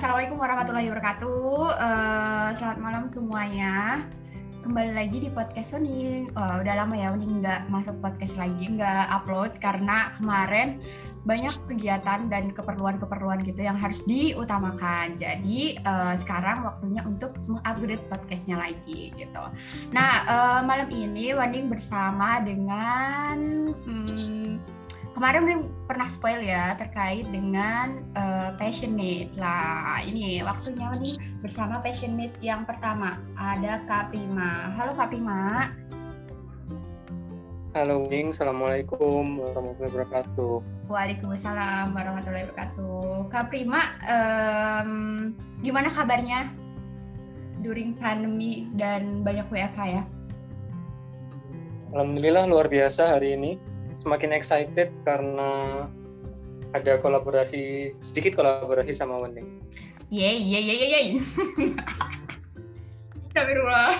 Assalamualaikum warahmatullahi wabarakatuh. Selamat malam semuanya. Kembali lagi di podcast Uning. Udah lama ya Uning nggak masuk podcast lagi, nggak upload karena kemarin banyak kegiatan dan keperluan gitu yang harus diutamakan. Jadi sekarang waktunya untuk mengupgrade podcastnya lagi gitu. Nah malam ini Waning bersama dengan kemarin pernah spoil ya terkait dengan passionate. Lah ini waktunya nih bersama passionate yang pertama ada Kak Prima. Halo Kak Prima. Halo Wing, Assalamualaikum warahmatullahi wabarakatuh. Waalaikumsalam warahmatullahi wabarakatuh. Kak Prima, gimana kabarnya during pandemi dan banyak WFH ya? Alhamdulillah luar biasa hari ini. Semakin excited karena ada sedikit kolaborasi sama Wening. Yeay. Astagfirullah.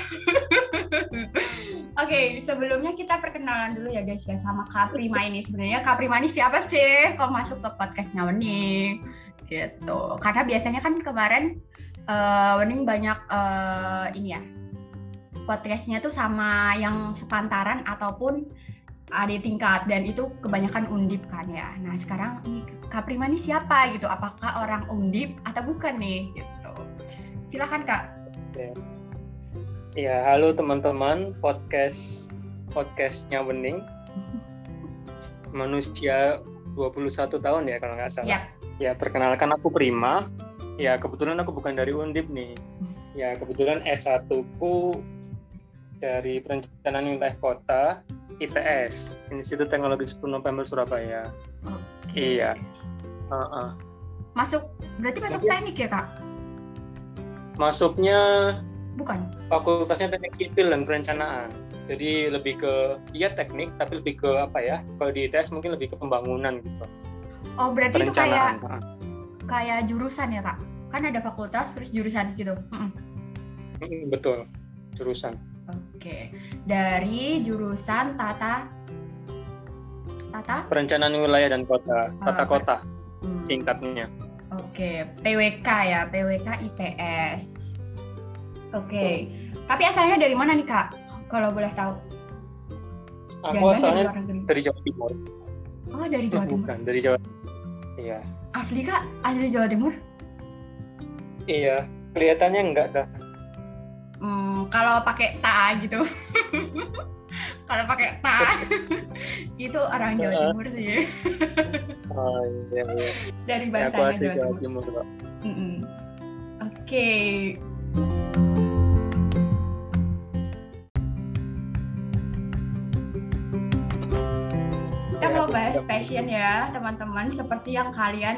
Oke, sebelumnya kita perkenalan dulu ya guys ya sama Kak Prima ini. Sebenarnya Kak Prima ini siapa sih? Kok masuk ke podcastnya Wening? Gitu. Karena biasanya kan kemarin Wening banyak ini ya podcastnya tuh sama yang sepantaran ataupun adik tingkat, dan itu kebanyakan undip kan ya. Nah sekarang ini Kak Prima ini siapa gitu? Apakah orang undip atau bukan nih gitu? Silakan Kak. Ya, halo teman-teman podcastnya Wening. Manusia 21 tahun ya kalau nggak salah. Ya, perkenalkan aku Prima. Ya, kebetulan aku bukan dari undip nih. Ya, kebetulan S1-ku dari Perencanaan Wilayah Kota ITS, Institut Teknologi 10 November Surabaya. Oke. Iya. Berarti masuk teknik ya Kak? Masuknya bukan. Fakultasnya Teknik Sipil dan Perencanaan. Jadi lebih ke teknik, tapi lebih ke apa ya? Kalau di ITS mungkin lebih ke pembangunan gitu. Oh berarti itu kayak jurusan ya Kak? Kan ada fakultas terus jurusan gitu. Betul, jurusan. Oke, dari jurusan Tata Perencanaan Wilayah dan Kota, Tata Kota singkatnya. Oke, PWK ya, PWK ITS. Oke, tapi asalnya dari mana nih Kak? Kalau boleh tahu? Aku asalnya dari Jawa Timur. Oh dari Jawa Timur? Bukan, dari Jawa Timur. Iya. Asli Kak? Asli Jawa Timur? Iya, kelihatannya enggak dah. Kalau pakai ta gitu. Kalau pakai ta itu orang Jawa Timur sih. Oh iya. Dari bahasanya Jawa Timur. Oke. Kita mau bahas passion ya teman-teman, seperti yang kalian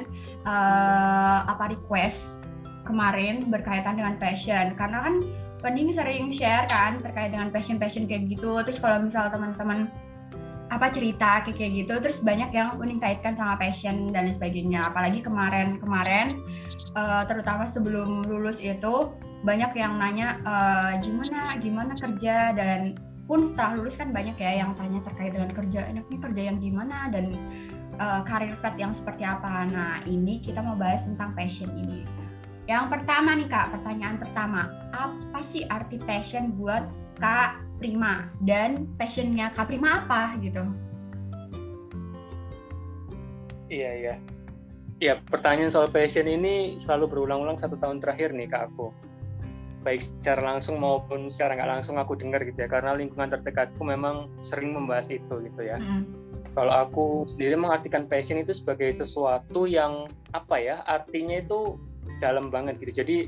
request kemarin berkaitan dengan passion, karena kan Wening sering share kan terkait dengan passion kayak gitu. Terus kalau misal teman-teman cerita kayak gitu, terus banyak yang Wening kaitkan sama passion dan lain sebagainya. Apalagi kemarin terutama sebelum lulus itu banyak yang nanya gimana kerja, dan pun setelah lulus kan banyak ya yang tanya terkait dengan kerja, enaknya kerja yang gimana dan karir path yang seperti apa. Nah ini kita mau bahas tentang passion ini. Yang pertama nih Kak, pertanyaan pertama, apa sih arti passion buat Kak Prima? Dan passionnya Kak Prima apa gitu? Iya. Ya, pertanyaan soal passion ini selalu berulang-ulang 1 tahun terakhir nih Kak aku. Baik secara langsung maupun secara nggak langsung aku dengar gitu ya, karena lingkungan terdekatku memang sering membahas itu gitu ya. Kalau aku sendiri mengartikan passion itu sebagai sesuatu yang artinya itu dalam banget gitu. Jadi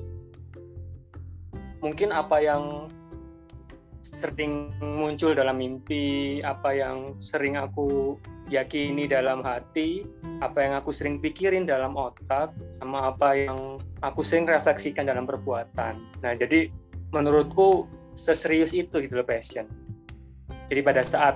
mungkin apa yang sering muncul dalam mimpi, apa yang sering aku yakini dalam hati, apa yang aku sering pikirin dalam otak, sama apa yang aku sering refleksikan dalam perbuatan. Nah, jadi menurutku seserius itu gitu loh passion. Jadi pada saat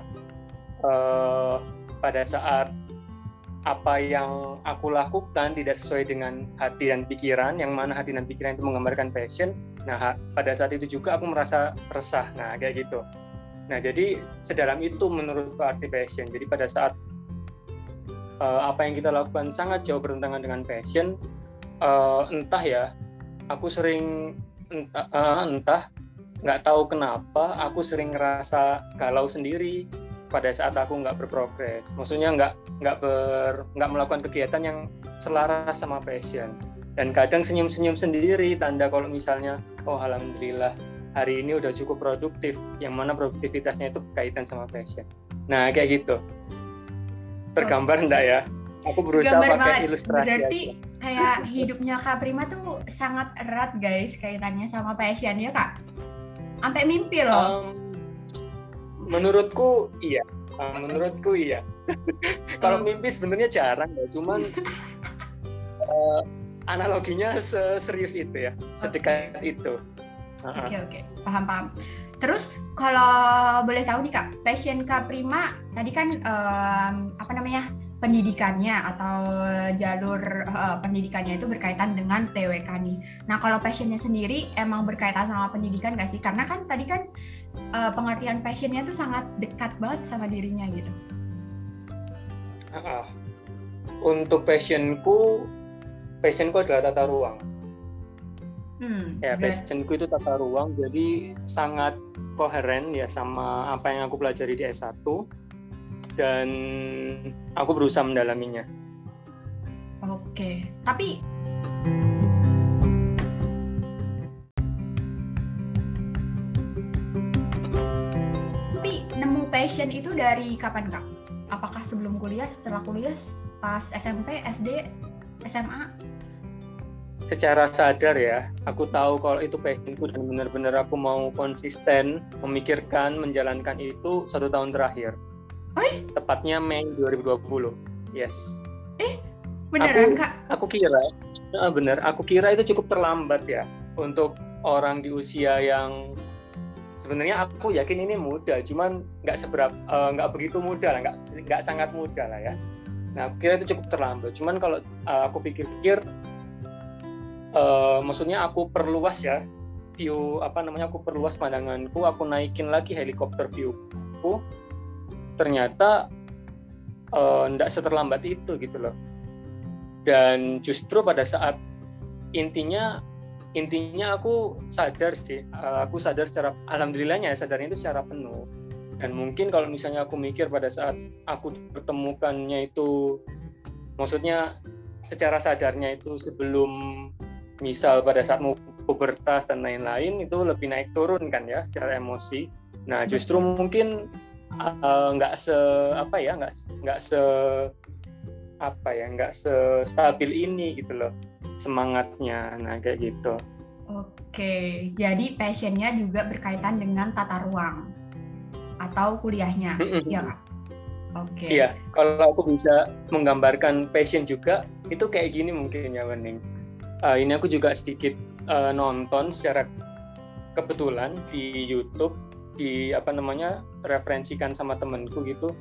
apa yang aku lakukan tidak sesuai dengan hati dan pikiran, yang mana hati dan pikiran itu menggambarkan passion. Nah, pada saat itu juga aku merasa resah. Nah, kayak gitu. Nah, jadi sedalam itu menurutku arti passion. Jadi pada saat apa yang kita lakukan sangat jauh bertentangan dengan passion, entah ya, aku sering entah nggak tahu kenapa aku sering ngerasa galau sendiri pada saat aku nggak berprogres. Maksudnya nggak melakukan kegiatan yang selaras sama passion. Dan kadang senyum-senyum sendiri, tanda kalau misalnya, oh alhamdulillah hari ini udah cukup produktif, yang mana produktivitasnya itu berkaitan sama passion. Nah kayak gitu. Tergambar enggak ya? Aku berusaha pakai ilustrasi. Berarti aja. Kayak hidupnya Kak Prima tuh sangat erat guys kaitannya sama passion ya Kak? Sampai mimpi loh. Menurutku iya. Kalau mimpi sebenarnya jarang ya, cuman analoginya serius itu ya, sedekat itu. Oke, paham. Terus kalau boleh tahu nih Kak, passion Kak Prima tadi kan pendidikannya atau jalur pendidikannya itu berkaitan dengan TWK nih. Nah kalau passionnya sendiri emang berkaitan sama pendidikan nggak sih? Karena kan tadi kan pengertian passionnya tuh sangat dekat banget sama dirinya gitu. Untuk passionku adalah tata ruang. Passionku itu tata ruang, jadi sangat koheren ya sama apa yang aku pelajari di S1 dan aku berusaha mendalaminya. Oke, tapi nemu passion itu dari kapan Kak? Apakah sebelum kuliah, setelah kuliah, pas SMP, SD, SMA? Secara sadar ya, aku tahu kalau itu passionku dan benar-benar aku mau konsisten memikirkan, menjalankan itu 1 tahun terakhir. Tepatnya Mei 2020. Yes. Beneran Kak? Aku kira itu cukup terlambat ya untuk orang di usia yang sebenarnya aku yakin ini muda, cuman nggak begitu muda lah, nggak sangat muda lah ya. Nah, aku kira itu cukup terlambat. Cuman kalau aku pikir-pikir, maksudnya aku perluas ya aku perluas pandanganku, aku naikin lagi helikopter viewku. Ternyata nggak seterlambat itu gitu loh. Dan justru pada saat intinya aku sadar secara alhamdulillahnya sadarnya itu secara penuh. Dan mungkin kalau misalnya aku mikir pada saat aku bertemukannya itu, maksudnya secara sadarnya itu sebelum misal pada saat mau pubertas dan lain-lain, itu lebih naik turun kan ya secara emosi. Nah justru mungkin nggak stabil ini gitu loh semangatnya. Nah kayak gitu. Oke, jadi passionnya juga berkaitan dengan tata ruang atau kuliahnya, ya Kak? Oke. Iya, kalau aku bisa menggambarkan passion juga itu kayak gini mungkin ya Wening. Ini aku juga sedikit nonton secara kebetulan di YouTube, referensikan sama temanku gitu.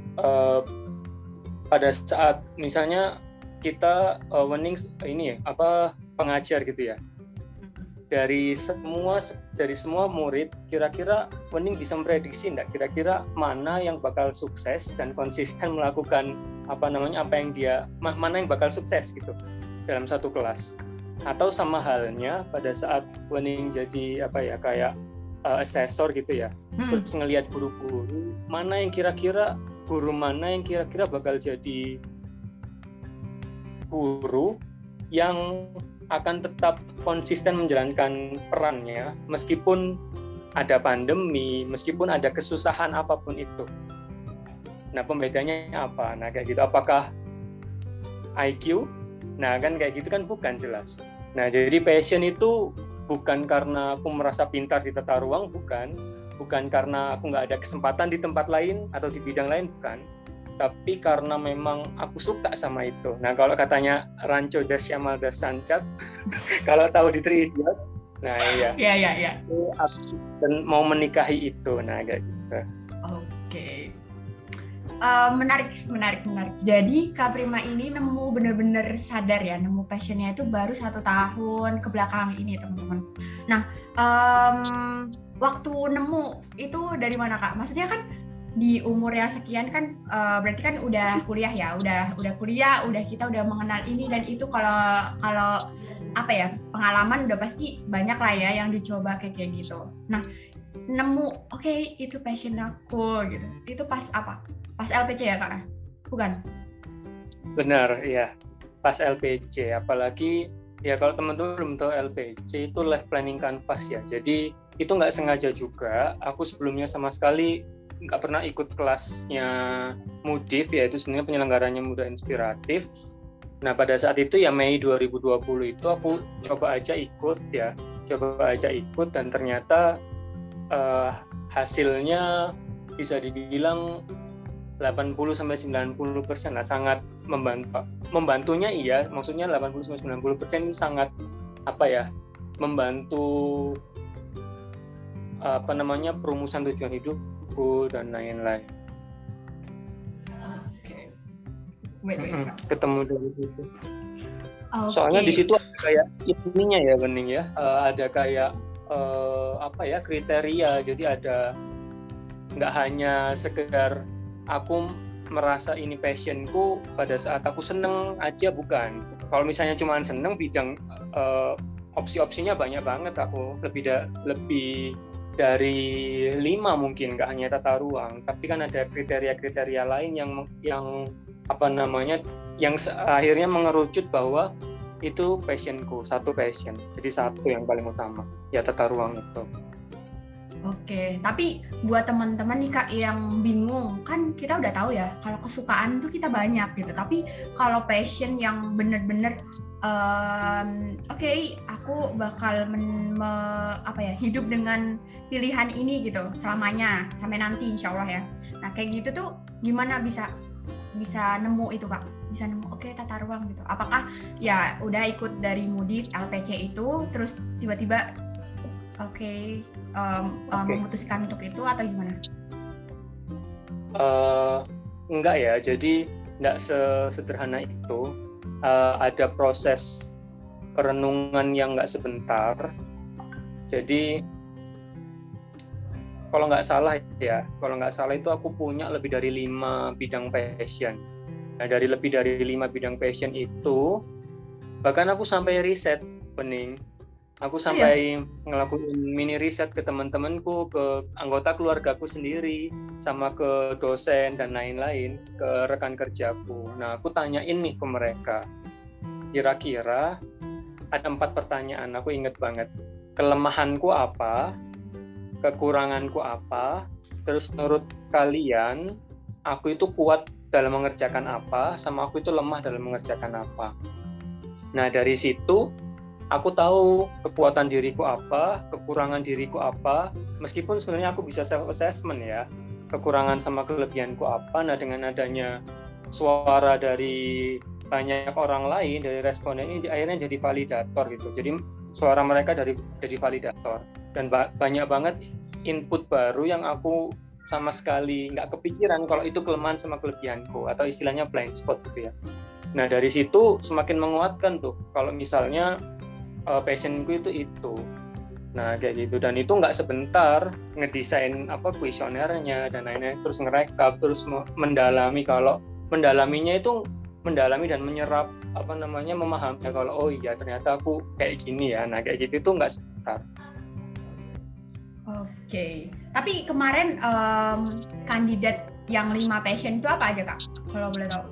Pada saat misalnya kita Wening pengajar gitu ya. Dari semua murid, kira-kira Wening bisa memprediksi enggak kira-kira mana yang bakal sukses dan konsisten melakukan mana yang bakal sukses gitu dalam satu kelas. Atau sama halnya pada saat Wening jadi kayak asesor gitu ya. Terus ngelihat guru-guru, guru mana yang kira-kira bakal jadi guru yang akan tetap konsisten menjalankan perannya meskipun ada pandemi, meskipun ada kesusahan apapun itu. Nah, pembedanya apa? Nah, kayak gitu. Apakah IQ? Nah, kan kayak gitu kan bukan jelas. Nah, jadi passion itu bukan karena aku merasa pintar di tata ruang, bukan karena aku nggak ada kesempatan di tempat lain atau di bidang lain, bukan. Tapi karena memang aku suka sama itu. Nah, kalau katanya Rancho Dasyamal Dasancat, kalau tahu di Three Idiots, nah iya. Iya. Dan mau menikahi itu, nah kayak gitu. Oke. Menarik. Jadi Kak Prima ini nemu benar-benar sadar ya, nemu passionnya itu baru 1 tahun ke belakang ini teman-teman. Nah, waktu nemu itu dari mana Kak? Maksudnya kan di umur yang sekian kan berarti kan udah kuliah ya, udah kuliah, kita udah mengenal ini dan itu. Kalau apa ya, pengalaman udah pasti banyak lah ya yang dicoba kayak gitu. Nah, nemu oke, itu passion aku gitu. Itu pas apa? Pas LPC ya Kak? Bukan? Benar, ya. Pas LPC, apalagi ya kalau teman-teman belum tahu LPC itu life planning canvas ya. Jadi itu nggak sengaja juga. Aku sebelumnya sama sekali nggak pernah ikut kelasnya Mudif, yaitu sebenarnya penyelenggaranya Muda Inspiratif. Nah pada saat itu ya Mei 2020 itu aku coba aja ikut dan ternyata hasilnya bisa dibilang 80-90% lah, sangat membantunya iya, maksudnya 80-90% itu sangat membantu perumusan tujuan hidupku dan lain-lain. Oke. Ketemu dari situ. Soalnya di situ ada kayak ininya ya Bening ya, ada kayak kriteria, jadi ada nggak hanya sekedar aku merasa ini passionku pada saat aku seneng aja, bukan. Kalau misalnya cuma seneng, bidang opsi-opsinya banyak banget, aku lebih dari 5 mungkin, nggak hanya tata ruang, tapi kan ada kriteria-kriteria lain yang akhirnya mengerucut bahwa itu passionku, satu passion, jadi satu yang paling utama ya tata ruang itu. Oke, tapi buat teman-teman nih Kak yang bingung, kan kita udah tahu ya kalau kesukaan tuh kita banyak gitu, tapi kalau passion yang bener-bener aku bakal hidup dengan pilihan ini gitu selamanya sampai nanti insya Allah ya. Nah kayak gitu tuh gimana bisa nemu itu Kak? Bisa nemu tata ruang gitu. Apakah ya udah ikut dari Mudif LPC itu terus tiba-tiba memutuskan untuk itu atau gimana? Enggak ya, jadi enggak sesederhana itu. Ada proses perenungan yang enggak sebentar. Jadi kalau nggak salah itu aku punya lebih dari 5 bidang passion. Nah dari lebih dari 5 bidang passion itu, bahkan aku sampai riset, Bening. Aku sampai ngelakuin mini riset ke teman-temanku, ke anggota keluargaku sendiri, sama ke dosen dan lain-lain, ke rekan kerjaku. Nah, aku tanyain nih ke mereka. Kira-kira ada 4 pertanyaan, aku inget banget. Kelemahanku apa? Kekuranganku apa? Terus menurut kalian, aku itu kuat dalam mengerjakan apa? Sama aku itu lemah dalam mengerjakan apa? Nah, dari situ aku tahu kekuatan diriku apa, kekurangan diriku apa, meskipun sebenarnya aku bisa self-assessment ya, kekurangan sama kelebihanku apa. Nah dengan adanya suara dari banyak orang lain, dari responden ini akhirnya jadi validator gitu, jadi suara mereka jadi validator, dan banyak banget input baru yang aku sama sekali nggak kepikiran kalau itu kelemahan sama kelebihanku, atau istilahnya blind spot gitu ya. Nah dari situ semakin menguatkan tuh kalau misalnya passionku itu. Nah kayak gitu, dan itu nggak sebentar ngedesain kuesionernya dan lain-lain, terus ngerekap, terus mendalami. Kalau mendalaminya itu mendalami dan menyerap memahami kalau oh iya ternyata aku kayak gini ya. Nah kayak gitu itu nggak sebentar. Oke. Tapi kemarin kandidat yang 5 passion itu apa aja Kak? Kalau boleh tahu.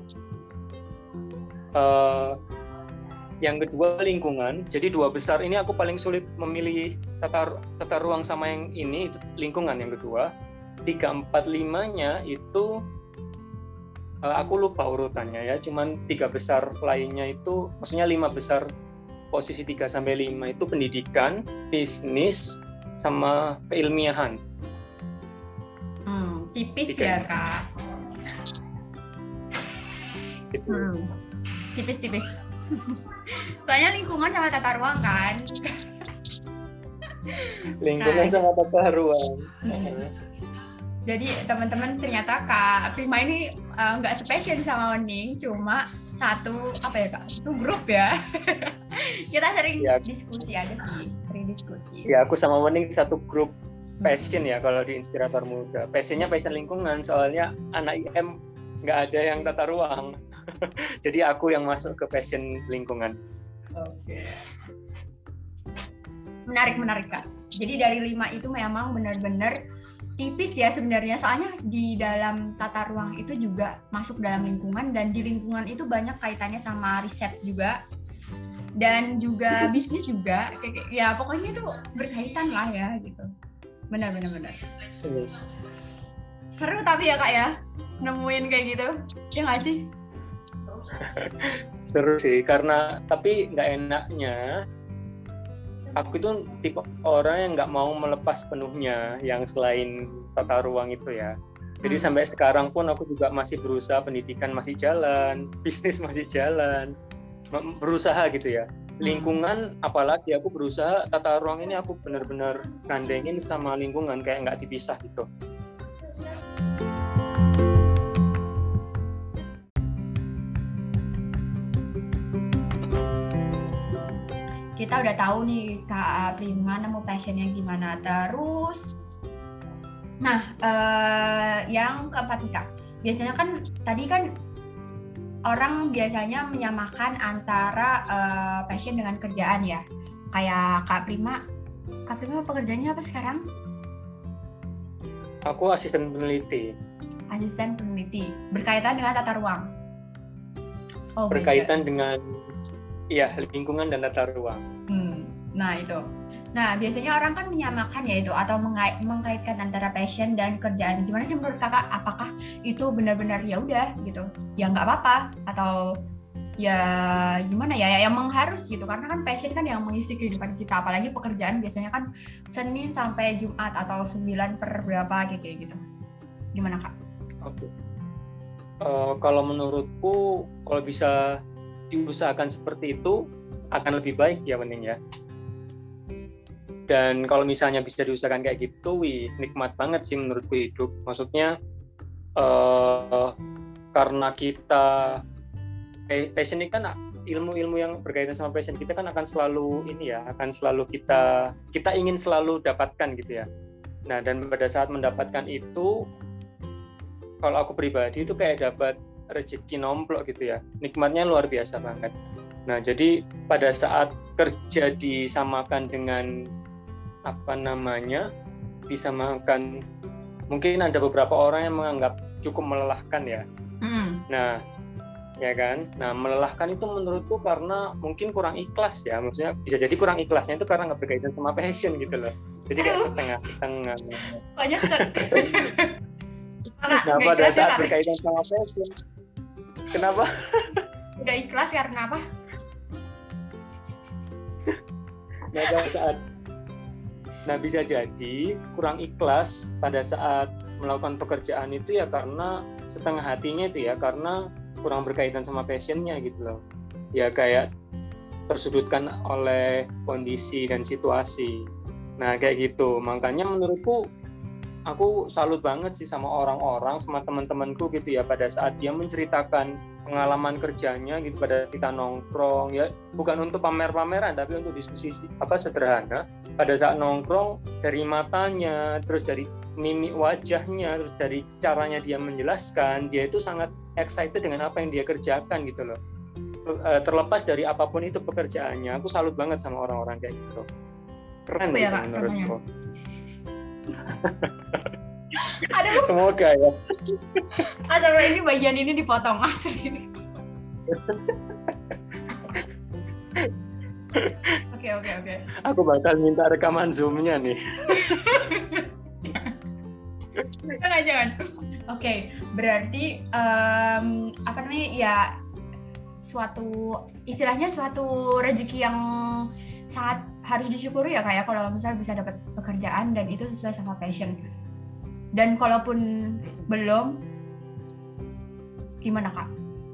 Yang kedua lingkungan. Jadi 2 besar ini aku paling sulit memilih tata ruang sama yang ini, itu lingkungan yang kedua. 3, 4, 5-nya itu aku lupa urutannya ya, cuman 3 besar lainnya itu, maksudnya 5 besar posisi 3 sampai 5 itu pendidikan, bisnis, sama keilmiahan. Tipis ya Kak. Tipis. Soalnya lingkungan sama tata ruang kan. Lingkungan sama tata ruang. Jadi teman-teman ternyata Kak Prima ini nggak sepassion sama Wening, cuma satu grup ya. Kita sering diskusi aja sih, Ya aku sama Wening satu grup passion ya kalau di Inspirator Muda. Passionnya passion lingkungan, soalnya anak IM nggak ada yang tata ruang. Jadi aku yang masuk ke passion lingkungan. Menarik Kak. Jadi dari 5 itu memang benar-benar tipis ya sebenarnya, soalnya di dalam tata ruang itu juga masuk dalam lingkungan, dan di lingkungan itu banyak kaitannya sama riset juga dan juga bisnis juga, ya pokoknya itu berkaitan lah ya gitu. Benar. Seru tapi ya Kak ya nemuin kayak gitu, ya nggak sih? Seru sih, karena tapi nggak enaknya aku itu tipe orang yang nggak mau melepas penuhnya yang selain tata ruang itu ya. Jadi sampai sekarang pun aku juga masih berusaha, pendidikan masih jalan, bisnis masih jalan, berusaha gitu ya. Lingkungan apalagi aku berusaha, tata ruang ini aku benar-benar gandengin sama lingkungan, kayak nggak dipisah gitu. Kita udah tahu nih Kak Prima nemu passionnya gimana. Terus, nah yang keempat nih Kak, biasanya kan tadi kan orang biasanya menyamakan antara passion dengan kerjaan ya. Kayak Kak Prima pekerjaannya apa sekarang? Aku asisten peneliti. Asisten peneliti, berkaitan dengan tata ruang. Oh, berkaitan dengan lingkungan dan tata ruang. Nah itu. Nah biasanya orang kan menyamakan ya itu, atau mengkaitkan antara passion dan kerjaan. Gimana sih menurut Kakak? Apakah itu benar-benar ya udah gitu, ya nggak apa-apa, atau ya gimana ya yang mengharus gitu? Karena kan passion kan yang mengisi kehidupan kita, apalagi pekerjaan biasanya kan Senin sampai Jumat atau 9 per berapa kayak gitu. Gimana Kak? Oke. Kalau menurutku, kalau bisa diusahakan seperti itu akan lebih baik ya, Wening ya. Dan kalau misalnya bisa diusahakan kayak gitu, nikmat banget sih menurutku hidup. Maksudnya karena kita passion ini kan, ilmu-ilmu yang berkaitan sama passion kita kan akan selalu akan selalu kita ingin selalu dapatkan gitu ya. Nah, dan pada saat mendapatkan itu, kalau aku pribadi itu kayak dapat rezeki nomplok gitu ya, nikmatnya luar biasa banget. Nah, jadi pada saat kerja disamakan dengan disamakan, mungkin ada beberapa orang yang menganggap cukup melelahkan ya. Nah, ya kan. Nah, melelahkan itu menurutku karena mungkin kurang ikhlas ya. Maksudnya bisa jadi kurang ikhlasnya itu karena nggak berkaitan sama passion gitu loh. Jadi kayak setengah-setengah. Banyak Nah, pada saat berkaitan sama passion, kenapa? Nggak ikhlas karena apa? Nah, bisa jadi kurang ikhlas pada saat melakukan pekerjaan itu ya karena setengah hatinya itu ya, karena kurang berkaitan sama passionnya gitu loh. Ya kayak tersudutkan oleh kondisi dan situasi. Nah, kayak gitu. Makanya menurutku, aku salut banget sih sama orang-orang, sama teman-temanku gitu ya, pada saat dia menceritakan pengalaman kerjanya gitu pada kita nongkrong ya, bukan untuk pamer-pameran tapi untuk diskusi sederhana. Pada saat nongkrong, dari matanya, terus dari mimik wajahnya, terus dari caranya dia menjelaskan, dia itu sangat excited dengan apa yang dia kerjakan gitu loh. Terlepas dari apapun itu pekerjaannya, aku salut banget sama orang-orang kayak gitu. Keren gitu ya, menurutku. Semoga ya. Atau ini bagian ini dipotong asli. Oke. Aku bakal minta rekaman Zoom-nya nih. Jangan. Oke, berarti ya istilahnya suatu rezeki yang sangat harus disyukuri ya kayak kalau misalnya bisa dapat pekerjaan dan itu sesuai sama passion. Dan kalaupun belum, gimana Kak?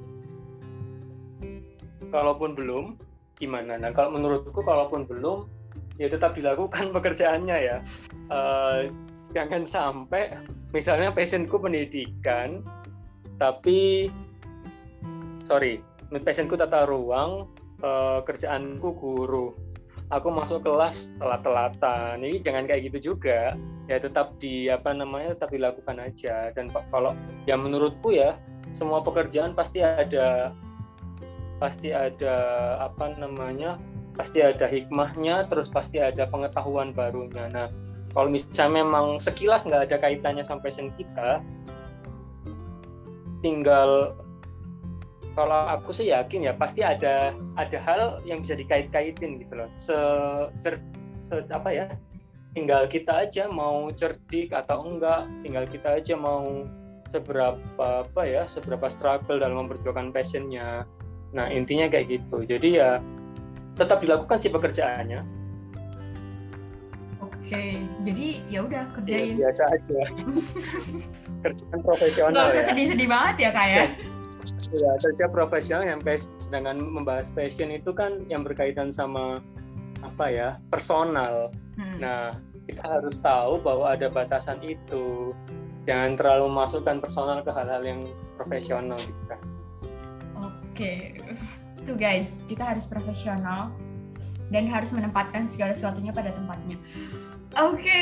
Kalaupun belum, gimana? Nah, kalau menurutku kalaupun belum, ya tetap dilakukan pekerjaannya ya. Jangan sampai, misalnya passionku pendidikan, tapi passionku tata ruang, kerjaanku guru. Aku masuk kelas telat-telatan. Ini jangan kayak gitu juga. Ya tetap tetap dilakukan aja. Dan kalau ya menurutku ya, semua pekerjaan pasti ada pasti ada hikmahnya, terus pasti ada pengetahuan barunya. Nah, kalau misalnya memang sekilas nggak ada kaitannya sama passion kita, tinggal, kalau aku sih yakin ya pasti ada hal yang bisa dikait-kaitin gitu loh. Apa ya? Tinggal kita aja mau cerdik atau enggak, tinggal kita aja mau seberapa struggle dalam memperjuangkan passionnya. Nah, intinya kayak gitu. Jadi ya tetap dilakukan sih pekerjaannya. Oke, jadi ya udah kerjain. Ya, biasa aja. Kerjaan profesional. Nggak usah sedih-sedih banget ya kak ya. Ya, kerja profesional yang sedangkan membahas passion itu kan yang berkaitan sama personal. Nah, kita harus tahu bahwa ada batasan itu. Jangan terlalu memasukkan personal ke hal-hal yang profesional gitu kan. Oke. Tuh guys, kita harus profesional dan harus menempatkan segala sesuatunya pada tempatnya. Oke.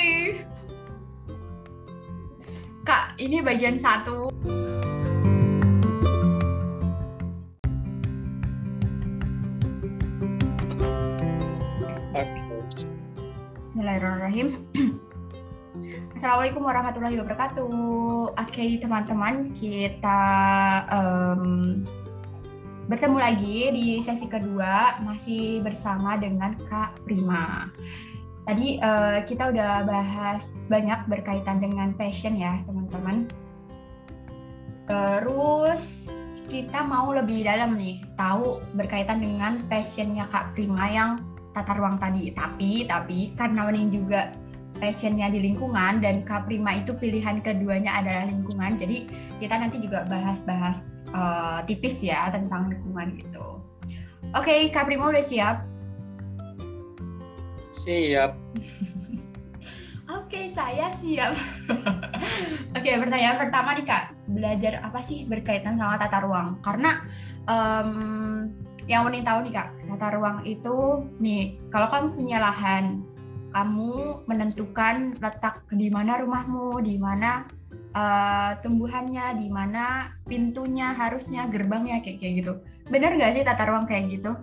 Kak, ini bagian 1. Bismillahirrahmanirrahim. Assalamualaikum warahmatullahi wabarakatuh. Oke teman-teman, kita bertemu lagi di sesi kedua, masih bersama dengan Kak Prima. Tadi kita udah bahas banyak berkaitan dengan passion ya teman-teman. Terus kita mau lebih dalam nih, tahu berkaitan dengan passionnya Kak Prima yang tata ruang tadi. Tapi karena Wening juga passionnya di lingkungan dan Kak Prima itu pilihan keduanya adalah lingkungan, jadi kita nanti juga bahas tipis ya tentang lingkungan gitu. Oke, Kak Prima udah siap? Siap. Oke, saya siap. Oke, pertanyaan pertama nih Kak, belajar apa sih berkaitan sama tata ruang? Karena yang Wening tahu nih Kak, tata ruang itu nih, kalau kamu punya lahan, kamu menentukan letak di mana rumahmu, di mana tumbuhannya, di mana pintunya, harusnya gerbangnya kayak gitu. Benar nggak sih tata ruang kayak gitu?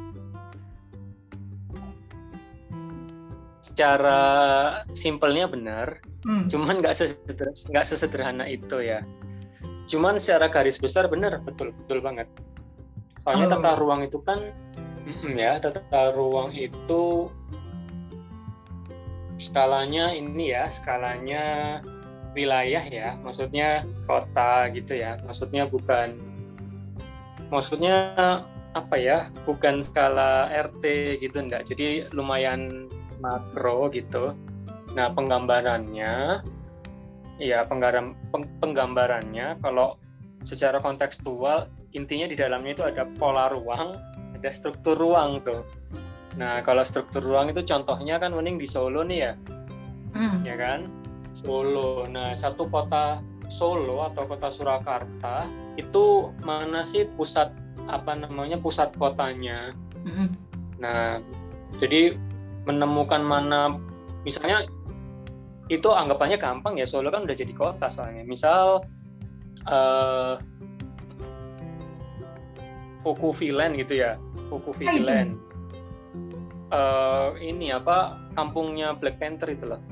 Secara simpelnya benar, cuman nggak sesederhana itu ya. Cuman secara garis besar benar, betul banget. Soalnya tata ruang itu kan, tata ruang itu skalanya wilayah ya, maksudnya kota gitu ya, maksudnya bukan skala RT gitu, enggak, jadi lumayan makro gitu. Nah, penggambarannya kalau secara kontekstual intinya di dalamnya itu ada pola ruang, ada struktur ruang tuh. Nah, kalau struktur ruang itu contohnya kan Wening di Solo nih ya. Ya kan? Solo. Nah, satu kota Solo atau kota Surakarta itu mana sih pusat kotanya. Nah, jadi menemukan mana, misalnya itu anggapannya gampang ya, Solo kan udah jadi kota soalnya. Misal Fukuvilen gitu ya, Fukuvilen. Kampungnya Black Panther itu loh.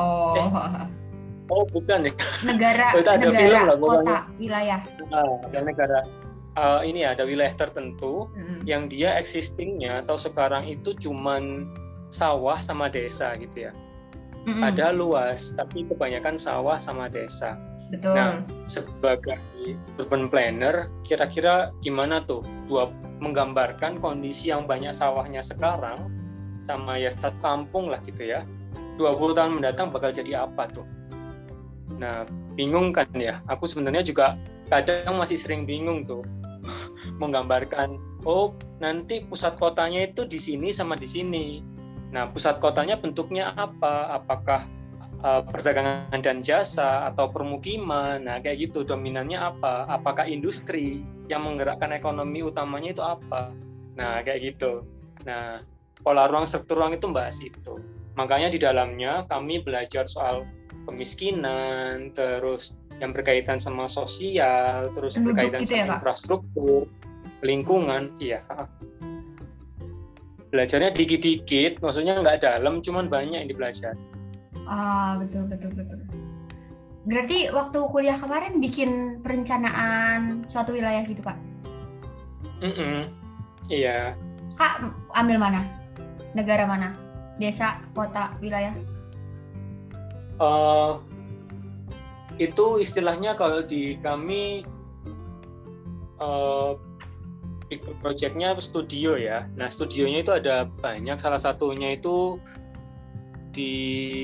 Bukan ya. Negara, itu ada film lah, kota, wilayah. Ada negara. Ada wilayah tertentu yang dia existingnya atau sekarang itu cuman sawah sama desa gitu ya. Ada luas, tapi kebanyakan sawah sama desa. Betul. Nah, sebagai urban planner, kira-kira gimana tuh menggambarkan kondisi yang banyak sawahnya sekarang sama ya satu kampung lah gitu ya. 20 tahun mendatang bakal jadi apa tuh? Nah, bingung kan ya? Aku sebenarnya juga kadang masih sering bingung tuh menggambarkan, nanti pusat kotanya itu di sini sama di sini. Nah, pusat kotanya bentuknya apa? Apakah perdagangan dan jasa atau permukiman? Nah, kayak gitu, dominannya apa? Apakah industri yang menggerakkan ekonomi utamanya itu apa? Nah, kayak gitu. Nah, pola ruang, struktur ruang itu bahas itu. Makanya di dalamnya kami belajar soal kemiskinan, terus yang berkaitan sama sosial, terus berkaitan gitu sama ya, infrastruktur, lingkungan, iya. belajarnya dikit-dikit, maksudnya nggak dalam, cuman banyak yang dipelajari. Betul. Berarti waktu kuliah kemarin bikin perencanaan suatu wilayah gitu, Kak? Iya. Kak ambil mana? Negara mana? Desa, kota, wilayah? Itu istilahnya kalau di kami project-nya studio ya. Nah, studionya itu ada banyak. Salah satunya itu di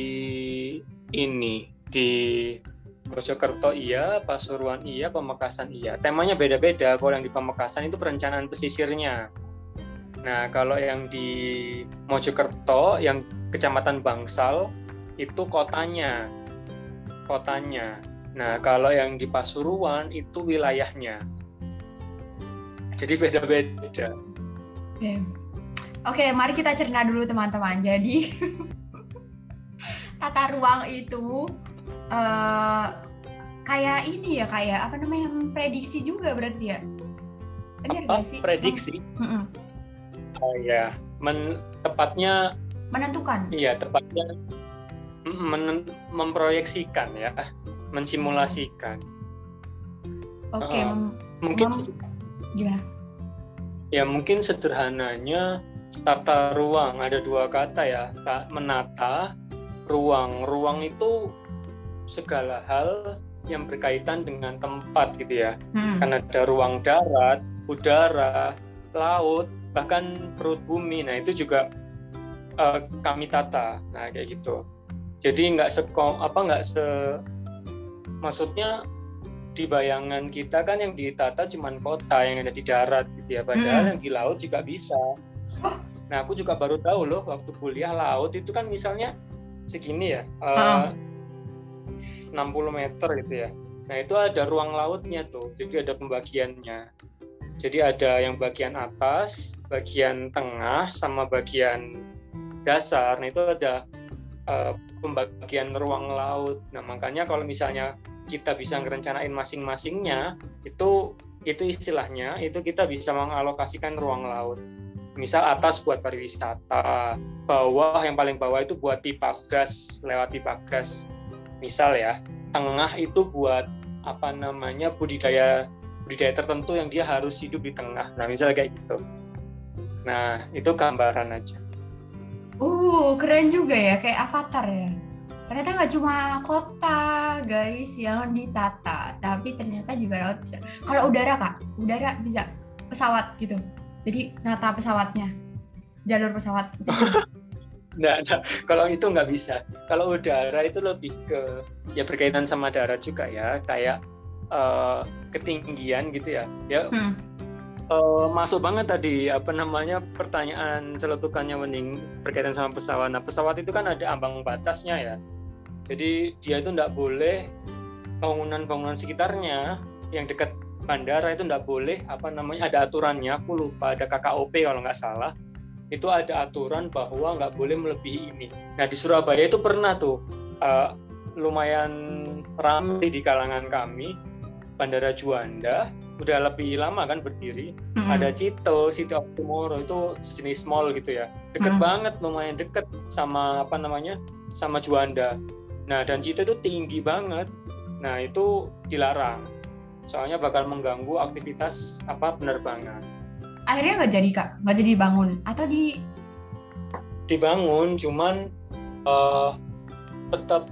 Mojokerto iya, Pasuruan iya, Pamekasan iya. Temanya beda-beda. Kalau yang di Pamekasan itu perencanaan pesisirnya. Nah, kalau yang di Mojokerto, yang Kecamatan Bangsal, itu kotanya. Nah, kalau yang di Pasuruan itu wilayahnya. Jadi beda-beda. Oke, mari kita cerna dulu teman-teman. Jadi tata ruang itu kayak ini ya, kayak apa namanya, prediksi juga berarti ya? Benar nggak sih? Prediksi? Ya, tepatnya menentukan. Iya, tepatnya memproyeksikan ya, mensimulasikan. Oke. Mungkin gimana? Ya mungkin sederhananya tata ruang ada dua kata ya, menata ruang. Ruang itu segala hal yang berkaitan dengan tempat gitu ya. Kan ada ruang darat, udara, laut, bahkan perut bumi. Nah itu juga kami tata. Nah kayak gitu. Jadi maksudnya di bayangan kita kan yang ditata cuman kota yang ada di darat gitu ya, padahal yang di laut juga bisa. Nah aku juga baru tahu loh waktu kuliah, laut itu kan misalnya segini ya, 60 meter gitu ya. Nah itu ada ruang lautnya tuh, jadi ada pembagiannya. Jadi ada yang bagian atas, bagian tengah, sama bagian dasar. Nah itu ada pembagian ruang laut. Nah makanya kalau misalnya kita bisa ngerencanain masing-masingnya, itu istilahnya itu kita bisa mengalokasikan ruang laut. Misal atas buat pariwisata, bawah yang paling bawah itu buat pipa gas, lewat pipa gas. Misal ya, tengah itu buat budidaya tertentu yang dia harus hidup di tengah. Nah, misal kayak gitu. Nah, itu gambaran aja. Keren juga ya, kayak avatar ya. Ternyata nggak cuma kota guys yang ditata, tapi ternyata juga laut bisa. Kalau udara Kak, udara bisa pesawat gitu. Jadi nata pesawatnya, jalur pesawat. Nggak, kalau itu nggak bisa. Kalau udara itu lebih ke ya berkaitan sama darat juga ya, kayak ketinggian gitu ya. Masuk banget tadi pertanyaan celetukannya mending berkaitan sama pesawat. Nah pesawat itu kan ada ambang batasnya ya. Jadi dia itu nggak boleh bangunan-bangunan sekitarnya yang dekat bandara itu nggak boleh ada aturannya, aku lupa, ada KKOP kalau nggak salah, itu ada aturan bahwa nggak boleh melebihi ini. Nah di Surabaya itu pernah tuh lumayan ramai di kalangan kami, Bandara Juanda udah lebih lama kan berdiri, ada Cito, City of Tomorrow itu sejenis mall gitu ya, deket banget, lumayan deket sama sama Juanda. Nah dan Cito itu tinggi banget, nah itu dilarang, soalnya bakal mengganggu aktivitas penerbangan. Akhirnya nggak jadi Kak, nggak jadi dibangun atau dibangun, cuman tetap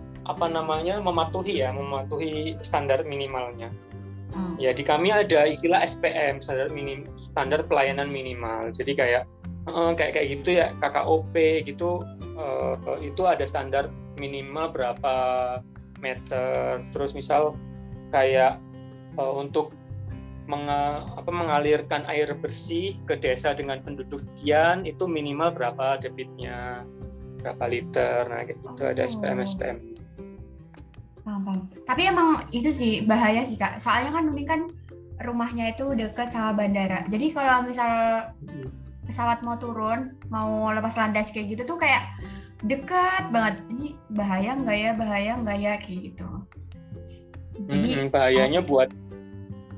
mematuhi standar minimalnya. Ya di kami ada istilah SPM, standar pelayanan minimal. Jadi kayak gitu ya, KKOP gitu, itu ada standar minimal berapa meter. Terus misal kayak untuk mengalirkan air bersih ke desa dengan penduduk sekian itu minimal berapa debitnya, berapa liter. Nah kayak gitu, ada SPM. Paham. Tapi emang itu sih bahaya sih Kak. Soalnya kan Nuning kan rumahnya itu dekat sama bandara. Jadi kalau misal pesawat mau turun, mau lepas landas kayak gitu tuh kayak dekat banget. Ini bahaya nggak ya kayak gitu. Jadi bahayanya buat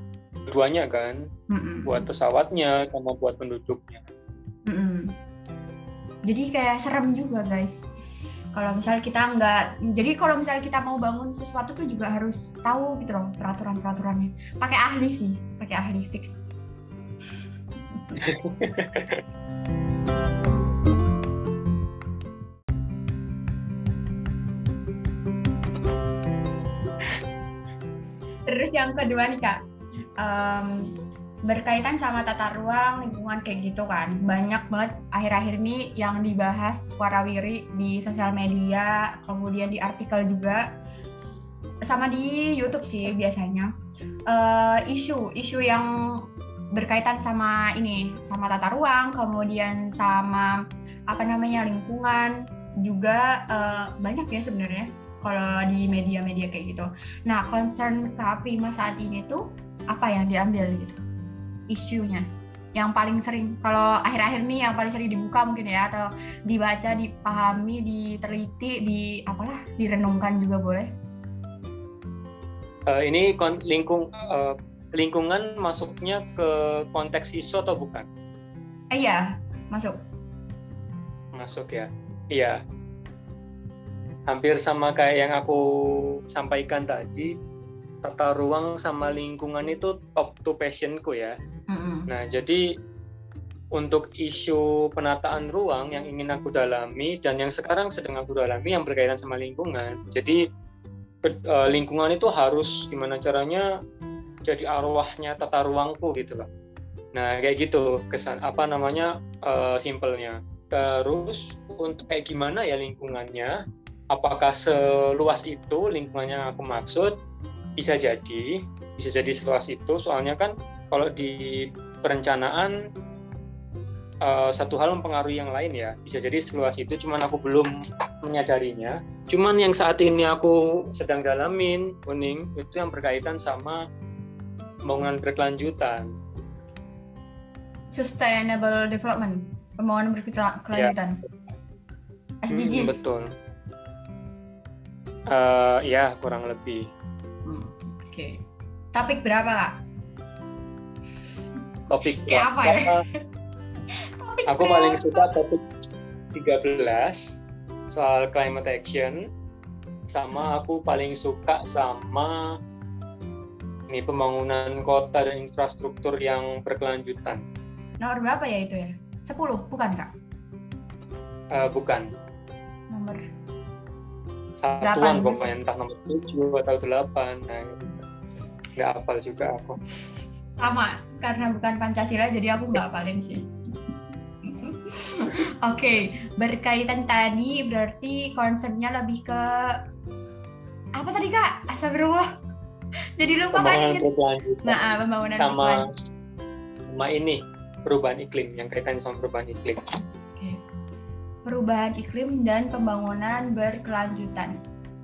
keduanya kan, buat pesawatnya sama buat penduduknya. Jadi kayak serem juga guys. Kalau misalnya kita nggak, jadi kalau misalnya kita mau bangun sesuatu tuh juga harus tahu gitu loh peraturan-peraturannya. Pakai ahli sih, pakai ahli fix. Terus yang kedua nih Kak, berkaitan sama tata ruang, lingkungan kayak gitu kan. Banyak banget akhir-akhir ini yang dibahas warawiri di sosial media, kemudian di artikel juga, sama di YouTube sih biasanya. Isu yang berkaitan sama ini, sama tata ruang, kemudian sama lingkungan juga banyak ya sebenarnya kalau di media-media kayak gitu. Nah, concern Kak Prima saat ini tuh apa yang diambil gitu? Isunya yang paling sering, kalau akhir-akhir nih yang paling sering dibuka mungkin ya, atau dibaca, dipahami, diteliti, direnungkan juga boleh. Ini lingkungan masuknya ke konteks isu atau bukan? Iya, masuk. Masuk ya. Iya. Hampir sama kayak yang aku sampaikan tadi, tata ruang sama lingkungan itu top 2 passionku ya. Nah, jadi untuk isu penataan ruang yang ingin aku dalami dan yang sekarang sedang aku dalami yang berkaitan sama lingkungan. Jadi lingkungan itu harus gimana caranya jadi arwahnya tata ruangku gitu loh. Nah, kayak gitu simpelnya. Terus untuk kayak gimana ya lingkungannya? Apakah seluas itu lingkungannya yang aku maksud? Bisa jadi seluas itu, soalnya kan kalau di perencanaan satu hal mempengaruhi yang lain ya, bisa jadi seluas itu, cuman aku belum menyadarinya. Cuman yang saat ini aku sedang dalamin, Uning, itu yang berkaitan sama pembangunan berkelanjutan. Sustainable Development, pembangunan berkelanjutan. Ya. SDGs. Betul. Ya, kurang lebih. Oke. Topik berapa, Kak? Topik kayak apa ya? Aku paling suka topik 13 soal climate action, sama aku paling suka sama ini pembangunan kota dan infrastruktur yang berkelanjutan. Nomor berapa ya itu ya? 10, bukan Kak? Bukan. Nomor satuan pokoknya, entah nomor 7 atau 8. Nah, nggak hafal juga aku. Sama, karena bukan Pancasila jadi aku nggak hafalin sih. Oke, berkaitan tadi berarti concernnya lebih ke apa tadi Kak? Astagfirullah. Jadi lupa kan? Pembangunan sama ini perubahan iklim, yang kaitan sama perubahan iklim. Perubahan iklim dan pembangunan berkelanjutan.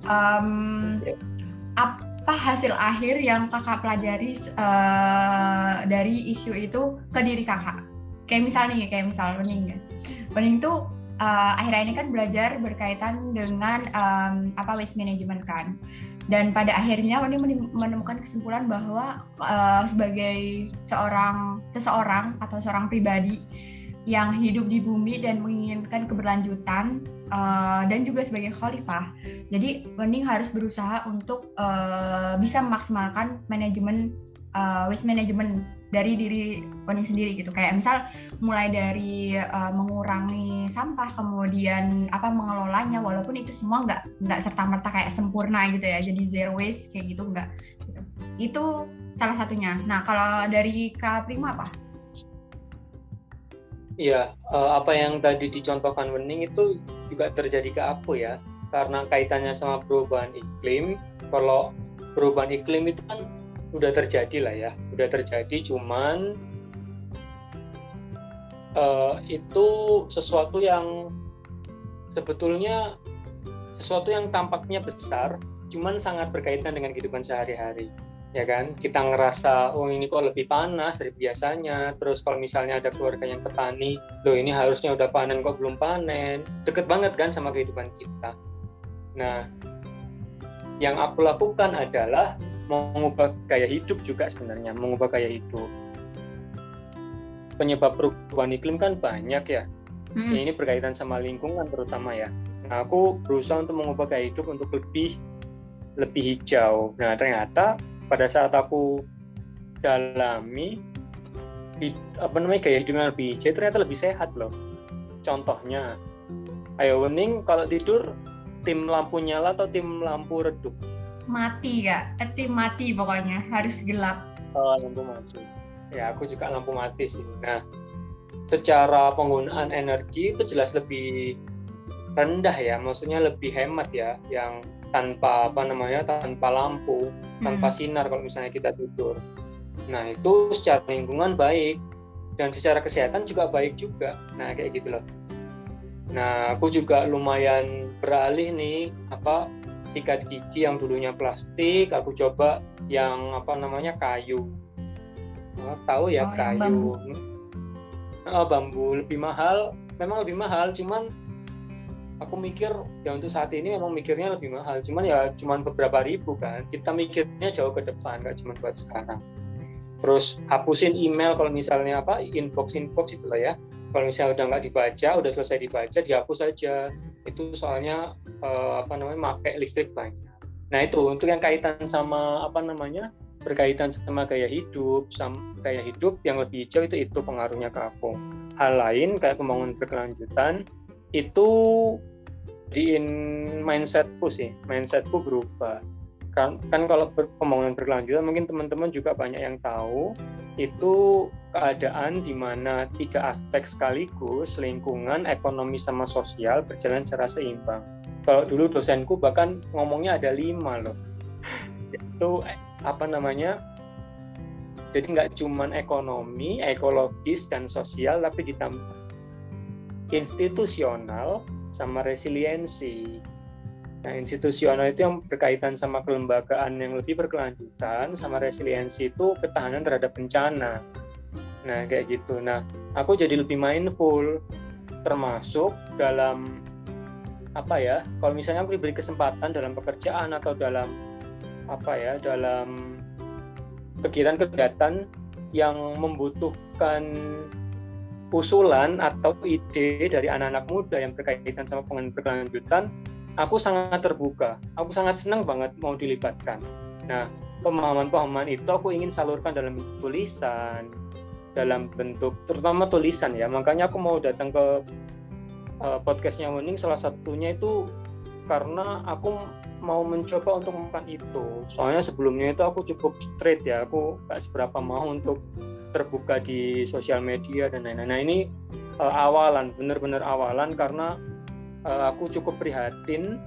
Apa hasil akhir yang kakak pelajari dari isu itu ke diri kakak? Kayak misal Wening tuh akhir-akhir ini kan belajar berkaitan dengan waste management kan. Dan pada akhirnya Wening menemukan kesimpulan bahwa sebagai seseorang atau seorang pribadi yang hidup di bumi dan menginginkan keberlanjutan dan juga sebagai khalifah. Jadi Wening harus berusaha untuk bisa memaksimalkan manajemen waste management dari diri Wening sendiri gitu. Kayak misal mulai dari mengurangi sampah, kemudian mengelolanya, walaupun itu semua nggak serta-merta kayak sempurna gitu ya. Jadi zero waste kayak gitu nggak. Gitu. Itu salah satunya. Nah kalau dari Kak Prima apa? Iya, apa yang tadi dicontohkan Wening itu juga terjadi ke aku ya, karena kaitannya sama perubahan iklim. Kalau perubahan iklim itu kan udah terjadi lah ya, cuman itu sesuatu yang sebetulnya tampaknya besar, cuman sangat berkaitan dengan kehidupan sehari-hari. Ya kan, kita ngerasa ini kok lebih panas dari biasanya. Terus kalau misalnya ada keluarga yang petani, ini harusnya udah panen kok belum panen. Deket banget kan sama kehidupan kita. Nah, yang aku lakukan adalah mengubah gaya hidup juga sebenarnya, Penyebab perubahan iklim kan banyak ya. Ya, ini berkaitan sama lingkungan terutama ya. Nah, aku berusaha untuk mengubah gaya hidup untuk lebih hijau. Nah, ternyata pada saat aku dalami gaya hidup yang lebih hijau, ternyata lebih sehat loh. Contohnya, ayo Wening kalau tidur tim lampu nyala atau tim lampu redup? Mati Kak, tim mati pokoknya, harus gelap. Oh, lampu mati. Ya, aku juga lampu mati sih. Nah, secara penggunaan energi itu jelas lebih rendah ya, maksudnya lebih hemat ya, yang tanpa tanpa lampu, tanpa sinar kalau misalnya kita tidur. Nah, itu secara lingkungan baik dan secara kesehatan juga baik juga. Nah, kayak gitu loh. Nah, aku juga lumayan beralih nih, sikat gigi yang dulunya plastik, aku coba yang kayu. Tahu ya, kayu. Bambu lebih mahal, memang lebih mahal, cuman aku mikir ya untuk saat ini memang mikirnya lebih mahal, cuman beberapa ribu kan, kita mikirnya jauh ke depan, nggak cuma buat sekarang. Terus hapusin email kalau misalnya inbox itu lah ya, kalau misalnya udah nggak dibaca, udah selesai dibaca, dihapus saja. Itu soalnya pakai listrik banyak. Nah, itu untuk yang kaitan sama berkaitan sama gaya hidup yang lebih hijau, itu pengaruhnya ke aku. Hal lain kayak pembangunan berkelanjutan itu diin mindsetku berubah. Kan kalau pembangunan berkelanjutan mungkin teman-teman juga banyak yang tahu, itu keadaan di mana 3 aspek sekaligus, lingkungan, ekonomi sama sosial berjalan secara seimbang. Kalau dulu dosenku bahkan ngomongnya ada 5 loh. Itu jadi nggak cuma ekonomi, ekologis dan sosial, tapi ditambah institusional sama resiliensi. Nah, institusional itu yang berkaitan sama kelembagaan yang lebih berkelanjutan, sama resiliensi itu ketahanan terhadap bencana. Nah, kayak gitu. Nah, aku jadi lebih mindful, termasuk dalam kalau misalnya aku diberi kesempatan dalam pekerjaan atau dalam kegiatan-kegiatan yang membutuhkan usulan atau ide dari anak-anak muda yang berkaitan sama pembangunan berkelanjutan, aku sangat terbuka. Aku sangat senang banget mau dilibatkan. Nah, pemahaman-pemahaman itu aku ingin salurkan dalam bentuk tulisan, dalam bentuk terutama tulisan ya. Makanya aku mau datang ke podcastnya Wening, salah satunya itu karena aku mau mencoba untuk melakukan itu. Soalnya sebelumnya itu aku cukup straight ya, aku gak seberapa mau untuk terbuka di sosial media dan lain-lain. Nah, ini benar-benar awalan karena aku cukup prihatin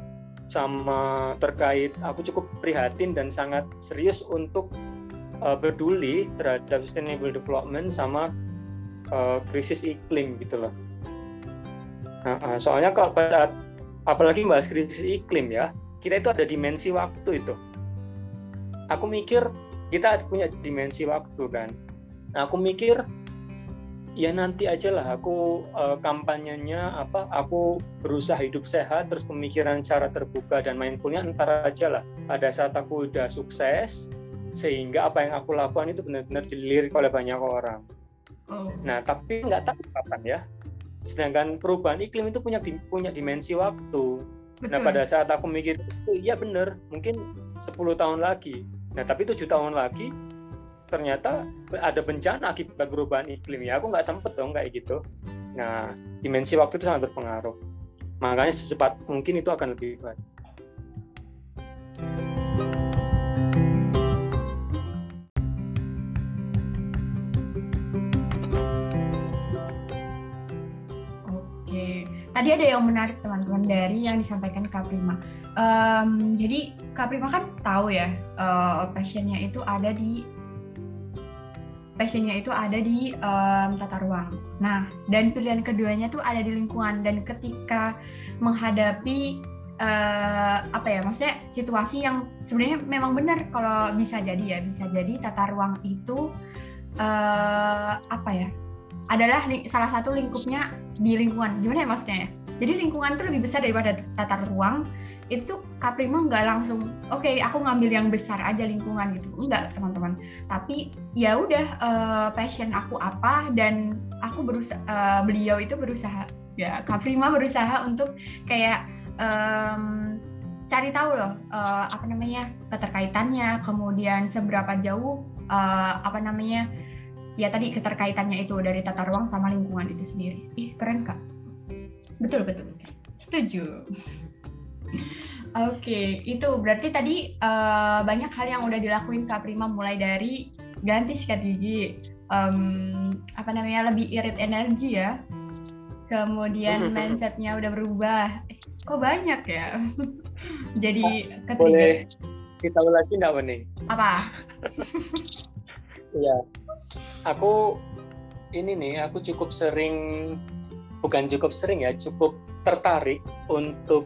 dan sangat serius untuk peduli terhadap sustainable development sama krisis iklim gitu loh. Soalnya kalau pada apalagi bahas krisis iklim ya, kita itu ada dimensi waktu itu. Aku mikir kita punya dimensi waktu kan. Nah, aku mikir ya nanti aja lah aku kampanyenya aku berusaha hidup sehat, terus pemikiran cara terbuka dan mindfulnya entar aja lah pada saat aku udah sukses, sehingga apa yang aku lakukan itu benar-benar dilirik oleh banyak orang. Nah, tapi nggak tahu kapan ya. Sedangkan perubahan iklim itu punya dimensi waktu. Betul. Nah, pada saat aku mikir itu iya benar, mungkin 10 tahun lagi. Nah, tapi 7 tahun lagi ternyata ada bencana akibat perubahan iklim ya, aku nggak sempet dong kayak gitu. Nah, dimensi waktu itu sangat berpengaruh. Makanya secepat mungkin itu akan lebih baik. Tadi ada yang menarik teman-teman dari yang disampaikan Kak Prima. Jadi Kak Prima kan tahu ya, passionnya itu ada di tata ruang. Nah, dan pilihan keduanya tuh ada di lingkungan. Dan ketika menghadapi maksudnya situasi yang sebenarnya memang benar kalau bisa jadi tata ruang itu adalah salah satu lingkupnya di lingkungan. Gimana ya maksudnya? Jadi lingkungan itu lebih besar daripada tata ruang. Itu Kak Prima nggak langsung oke, aku ngambil yang besar aja lingkungan gitu. Enggak, teman-teman. Tapi ya udah passion aku apa, dan aku beliau itu berusaha Ya, Kak Prima berusaha untuk kayak cari tahu loh apa namanya keterkaitannya, kemudian seberapa jauh apa namanya ya tadi keterkaitannya itu dari tata ruang sama lingkungan itu sendiri. Ih, keren Kak. Betul. Setuju. Oke, itu berarti tadi banyak hal yang udah dilakuin Kak Prima, mulai dari ganti sikat gigi, apa namanya lebih irit energi ya, kemudian mindsetnya udah berubah. Kok banyak ya? Jadi ketiga. Boleh cerita lagi nggak Wening? Apa? Iya, aku cukup tertarik untuk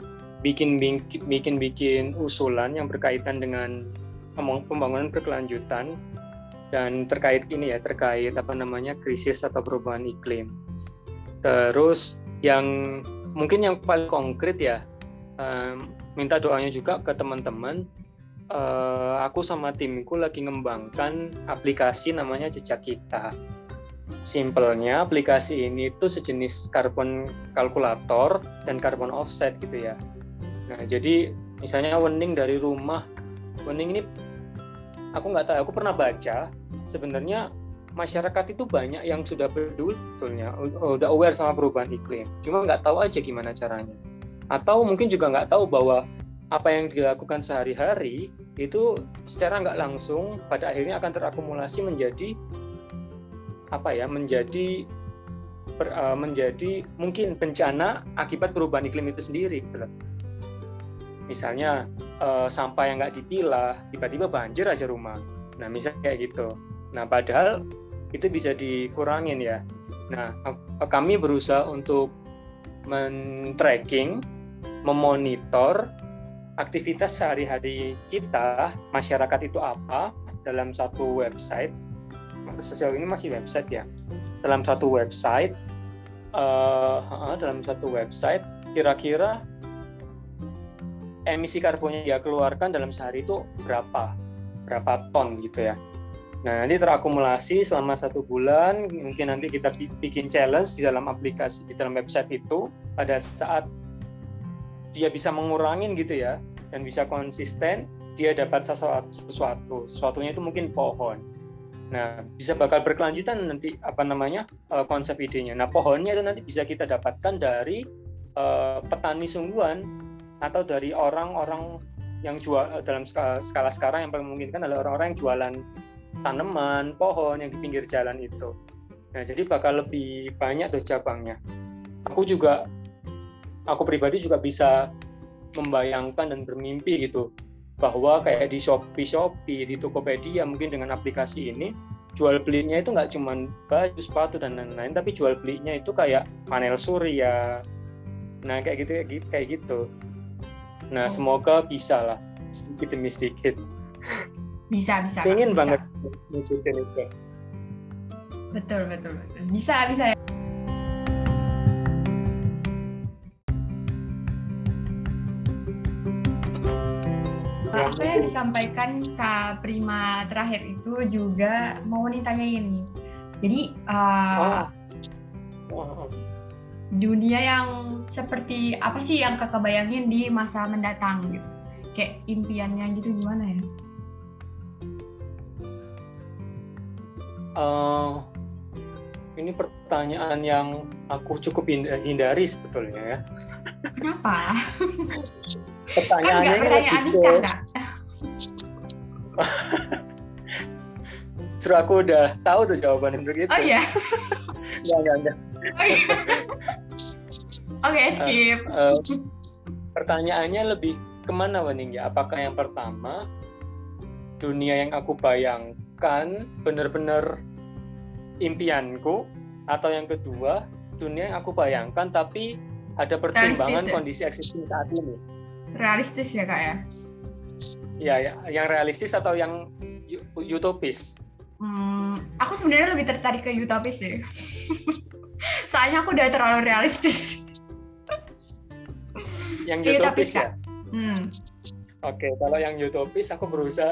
bikin usulan yang berkaitan dengan pembangunan berkelanjutan dan terkait krisis atau perubahan iklim. Terus yang paling konkret ya, minta doanya juga ke teman-teman. Aku sama timku lagi ngembangkan aplikasi namanya Jejak Kita. Simpelnya aplikasi ini tuh sejenis carbon kalkulator dan carbon offset gitu ya. Nah, jadi misalnya Wening dari rumah, Wening ini aku nggak tahu, aku pernah baca sebenarnya masyarakat itu banyak yang sudah peduli sebetulnya, udah aware sama perubahan iklim, cuma nggak tahu aja gimana caranya, atau mungkin juga nggak tahu bahwa apa yang dilakukan sehari-hari itu secara nggak langsung pada akhirnya akan terakumulasi menjadi mungkin bencana akibat perubahan iklim itu sendiri gitu. Misalnya sampah yang nggak dipilah, tiba-tiba banjir aja rumah. Nah, misalnya kayak gitu. Nah, padahal itu bisa dikurangin ya. Nah, kami berusaha untuk men-tracking, memonitor aktivitas sehari-hari kita, masyarakat itu apa dalam satu website. Sejauh ini masih website ya. Dalam satu website, kira-kira emisi karbon yang dia keluarkan dalam sehari itu berapa ton gitu ya. Nah, nanti terakumulasi selama 1 bulan, mungkin nanti kita bikin challenge di dalam aplikasi, di dalam website itu, pada saat dia bisa mengurangin gitu ya, dan bisa konsisten, dia dapat sesuatunya itu mungkin pohon. Nah, bisa bakal berkelanjutan nanti konsep idenya. Nah, pohonnya itu nanti bisa kita dapatkan dari petani sungguhan, atau dari orang-orang yang jual dalam skala sekarang yang paling memungkinkan adalah orang-orang yang jualan tanaman, pohon yang di pinggir jalan itu. Nah, jadi bakal lebih banyak tuh cabangnya. Aku pribadi juga bisa membayangkan dan bermimpi gitu, bahwa kayak di Shopee, di Tokopedia, mungkin dengan aplikasi ini, jual belinya itu nggak cuma baju, sepatu, dan lain-lain, tapi jual belinya itu kayak panel surya. Nah, kayak gitu. Nah, semoga bisa lah, sedikit demi sedikit. Bisa. Ingin banget wujudin itu. Betul. Bisa ya. Apa yang disampaikan Kak Prima terakhir itu juga mau ditanyain. Jadi dunia yang seperti apa sih yang Kakak bayangin di masa mendatang gitu? Kayak impiannya gitu gimana ya? Ini pertanyaan yang aku cukup hindari sebetulnya ya. Kenapa? Pertanyaannya kan pertanyaan nikah, Kak? Justru aku udah tahu tuh jawabannya untuk itu. Oh iya? Enggak. Oh, iya. Oke, skip. Pertanyaannya lebih kemana Wening ya? Apakah yang pertama, dunia yang aku bayangkan benar-benar impianku, atau yang kedua, dunia yang aku bayangkan tapi ada pertimbangan kondisi existing saat ini? Realistis ya Kak ya? Ya, yang realistis atau yang utopis? Aku sebenarnya lebih tertarik ke utopis sih. Soalnya aku udah terlalu realistis. Yang utopis ya? Oke, kalau yang utopis aku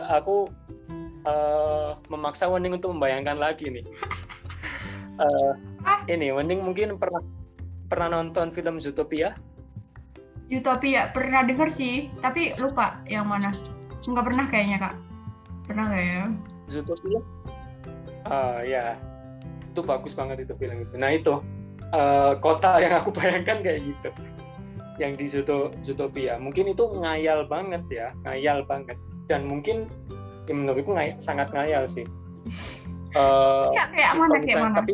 memaksa Wening untuk membayangkan lagi nih. Ini Wening mungkin pernah nonton film Zootopia? Utopia pernah denger sih, tapi lupa yang mana. Nggak pernah kayaknya, Kak. Pernah nggak ya? Zootopia? Ya, itu bagus banget itu film itu. Nah itu kota yang aku bayangkan kayak gitu, yang di Zootopia. Mungkin itu ngayal banget ya, ngayal banget. Dan mungkin menurutku sangat ngayal sih. Kayak mana? Tapi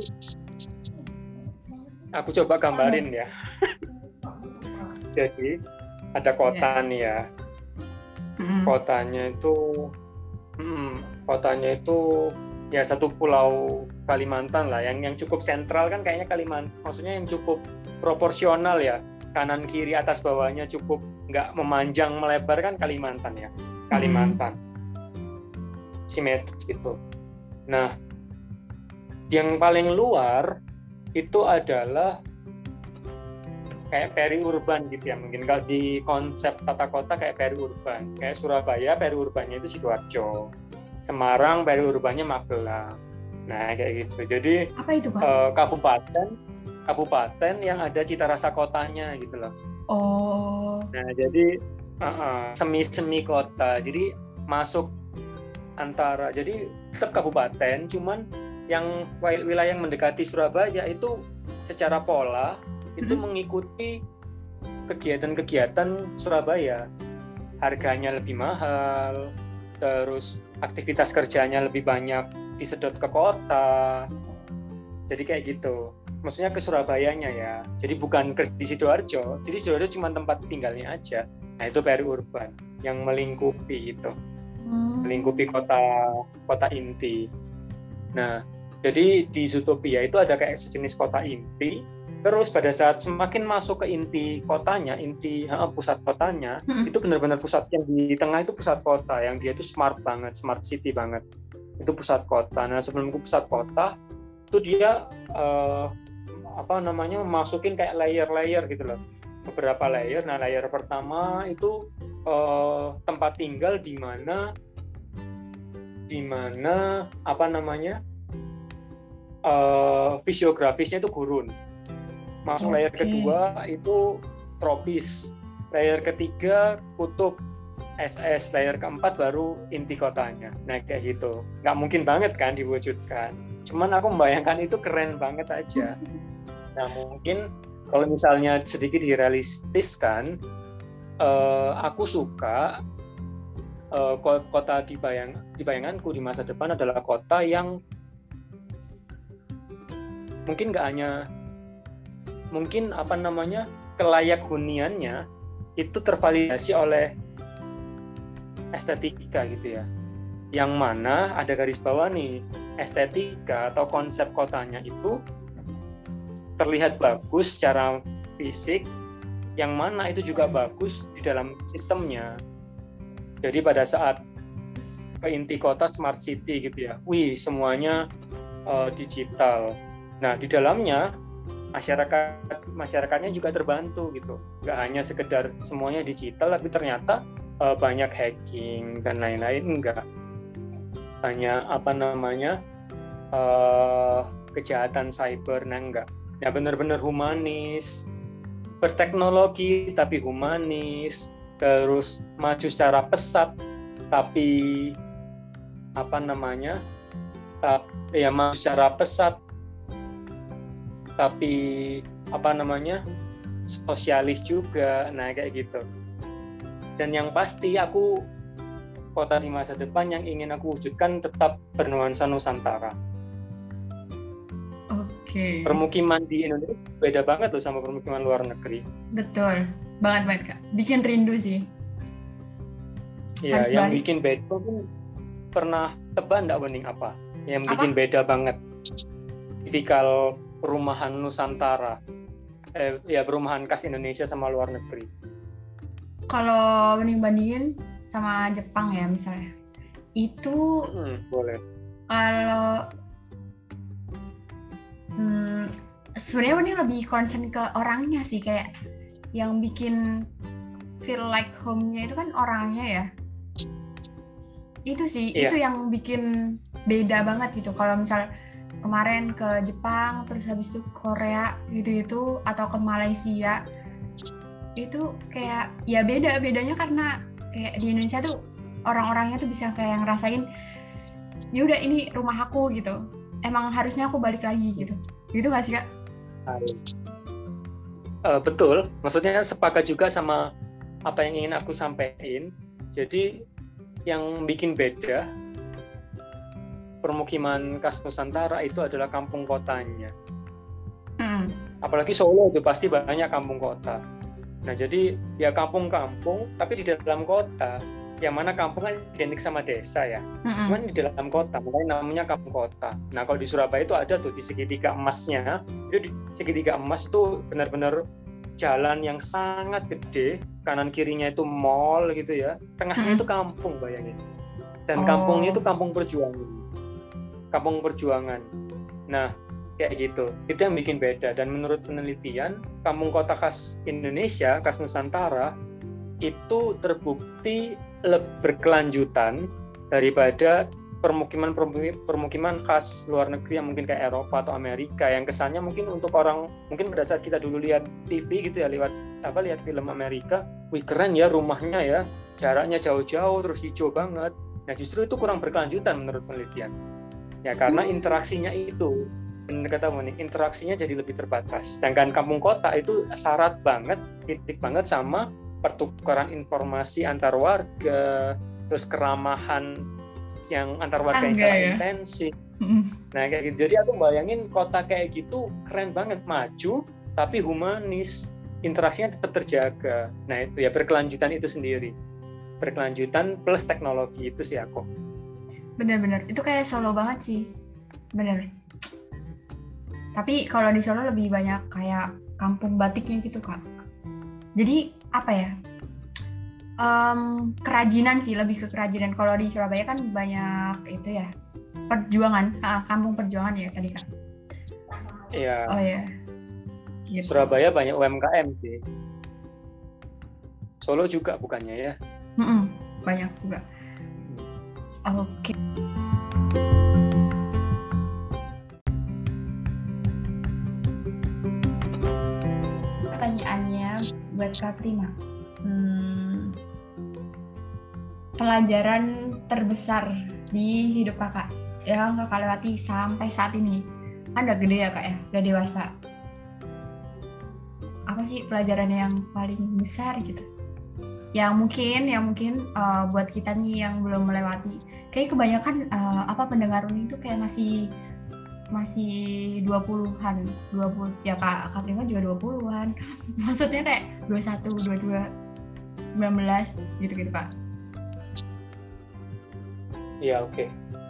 aku coba gambarin ya. Jadi ada kota nih ya. Kotanya itu ya satu pulau Kalimantan lah, yang cukup sentral kan kayaknya Kalimantan. Maksudnya yang cukup proporsional ya, kanan kiri atas bawahnya cukup nggak memanjang melebar kan Kalimantan ya. Kalimantan simetris gitu. Nah, yang paling luar itu adalah kayak periurban gitu ya, mungkin kalau di konsep tata kota kayak periurban. Kayak Surabaya periurbannya itu Sidoarjo, Semarang periurbannya Magelang. Nah kayak gitu. Jadi apa itu, Pak? Kabupaten yang ada cita rasa kotanya gitu loh. Oh. Nah jadi semi kota. Jadi masuk antara, jadi tetap kabupaten, cuman yang wilayah yang mendekati Surabaya itu secara pola itu mengikuti kegiatan-kegiatan Surabaya. Harganya lebih mahal, terus aktivitas kerjanya lebih banyak disedot ke kota. Jadi kayak gitu. Maksudnya ke Surabayanya ya. Jadi bukan di Sidoarjo. Jadi Sidoarjo cuma tempat tinggalnya aja. Nah itu periurban yang melingkupi itu. Melingkupi kota inti. Nah, jadi di Zootopia itu ada kayak sejenis kota inti. Terus pada saat semakin masuk ke inti kotanya, pusat kotanya, itu benar-benar pusat, yang di tengah itu pusat kota, yang dia itu smart banget, smart city banget. Itu pusat kota. Nah sebelum ke pusat kota, itu dia masukin kayak layer-layer gitu loh, beberapa layer. Nah layer pertama itu tempat tinggal di mana fisiografisnya itu gurun. Masuk layer kedua itu tropis, layer ketiga kutub SS, layer keempat baru inti kotanya. Nah kayak gitu, nggak mungkin banget kan diwujudkan, cuman aku membayangkan itu keren banget aja. Nah mungkin kalau misalnya sedikit direalistiskan, aku suka kota di bayanganku di masa depan adalah kota yang mungkin nggak hanya kelayak huniannya itu tervalidasi oleh estetika gitu ya, yang mana ada garis bawah nih, estetika atau konsep kotanya itu terlihat bagus secara fisik, yang mana itu juga bagus di dalam sistemnya. Jadi pada saat ke inti kota smart city gitu ya, semuanya digital. Nah di dalamnya masyarakatnya juga terbantu gitu, nggak hanya sekedar semuanya digital, tapi ternyata banyak hacking dan lain-lain, enggak hanya kejahatan cyber, enggak. Ya benar-benar humanis, berteknologi tapi humanis, terus maju secara pesat tapi maju secara pesat tapi sosialis juga. Nah kayak gitu. Dan yang pasti aku kota di masa depan yang ingin aku wujudkan tetap bernuansa Nusantara. Oke. Permukiman di Indonesia beda banget loh sama permukiman luar negeri. Betul, banget Kak. Bikin rindu sih. Iya, yang bikin beda pun pernah tebak nggak Wening apa? Yang bikin beda banget. Tipikal perumahan Nusantara, perumahan khas Indonesia sama luar negeri. Kalau bandingin sama Jepang ya misalnya, itu boleh. Kalau sebenarnya Wening lebih concern ke orangnya sih, kayak yang bikin feel like home-nya itu kan orangnya ya. Itu sih, itu yang bikin beda banget gitu. Kalau misal kemarin ke Jepang, terus habis itu Korea gitu-gitu, atau ke Malaysia, itu kayak ya bedanya karena kayak di Indonesia tuh orang-orangnya tuh bisa kayak ngerasain ya udah ini rumah aku gitu, emang harusnya aku balik lagi gitu nggak sih Kak? Betul, maksudnya sepakat juga sama apa yang ingin aku sampaikan. Jadi yang bikin beda permukiman khas Nusantara itu adalah kampung kotanya. Apalagi Solo itu pasti banyak kampung kota. Nah jadi ya kampung-kampung tapi di dalam kota, yang mana kampung kan identik sama desa ya. Cuman di dalam kota, makanya namanya kampung kota. Nah kalau di Surabaya itu ada tuh di segitiga emasnya, itu di segitiga emas itu benar-benar jalan yang sangat gede, kanan kirinya itu mall gitu ya, tengahnya itu kampung, bayangin. Dan kampungnya itu kampung perjuangan. Nah kayak gitu, itu yang bikin beda. Dan menurut penelitian, kampung kota khas Indonesia, khas Nusantara, itu terbukti berkelanjutan daripada permukiman khas luar negeri yang mungkin kayak Eropa atau Amerika, yang kesannya mungkin untuk orang, mungkin pada saat kita dulu lihat TV gitu ya, lihat film Amerika, wih keren ya rumahnya ya, jaraknya jauh-jauh terus hijau banget. Nah justru itu kurang berkelanjutan menurut penelitian ya, karena interaksinya itu, benar kata Monik, interaksinya jadi lebih terbatas. Sedangkan kampung kota itu syarat banget, titik banget sama pertukaran informasi antar warga, terus keramahan yang antar warga yang sangat intensif. Nah kayak gitu. Jadi aku bayangin kota kayak gitu keren banget, maju tapi humanis, interaksinya tetap terjaga. Nah itu ya berkelanjutan itu sendiri, berkelanjutan plus teknologi itu sih aku. Bener-bener, itu kayak Solo banget sih, bener. Tapi kalau di Solo lebih banyak kayak kampung batiknya gitu Kak. Jadi apa ya? Kerajinan sih, lebih ke kerajinan. Kalau di Surabaya kan banyak itu ya, perjuangan, kampung perjuangan ya tadi Kak. Iya. Oh ya. Gitu. Surabaya banyak UMKM sih. Solo juga bukannya ya? Banyak juga. Oke. Pertanyaannya buat Kak Prima. Pelajaran terbesar di hidup kakak yang kakak lewati sampai saat ini, kan udah gede ya Kak ya, udah dewasa. Apa sih pelajaran yang paling besar gitu? Yang mungkin buat kita nih yang belum melewati, kayak kebanyakan pendengar Uning itu kayak masih 20-an, 20 ya Kak Prima juga 20-an. Maksudnya kayak 21, 22, 19 gitu Kak. Ya oke.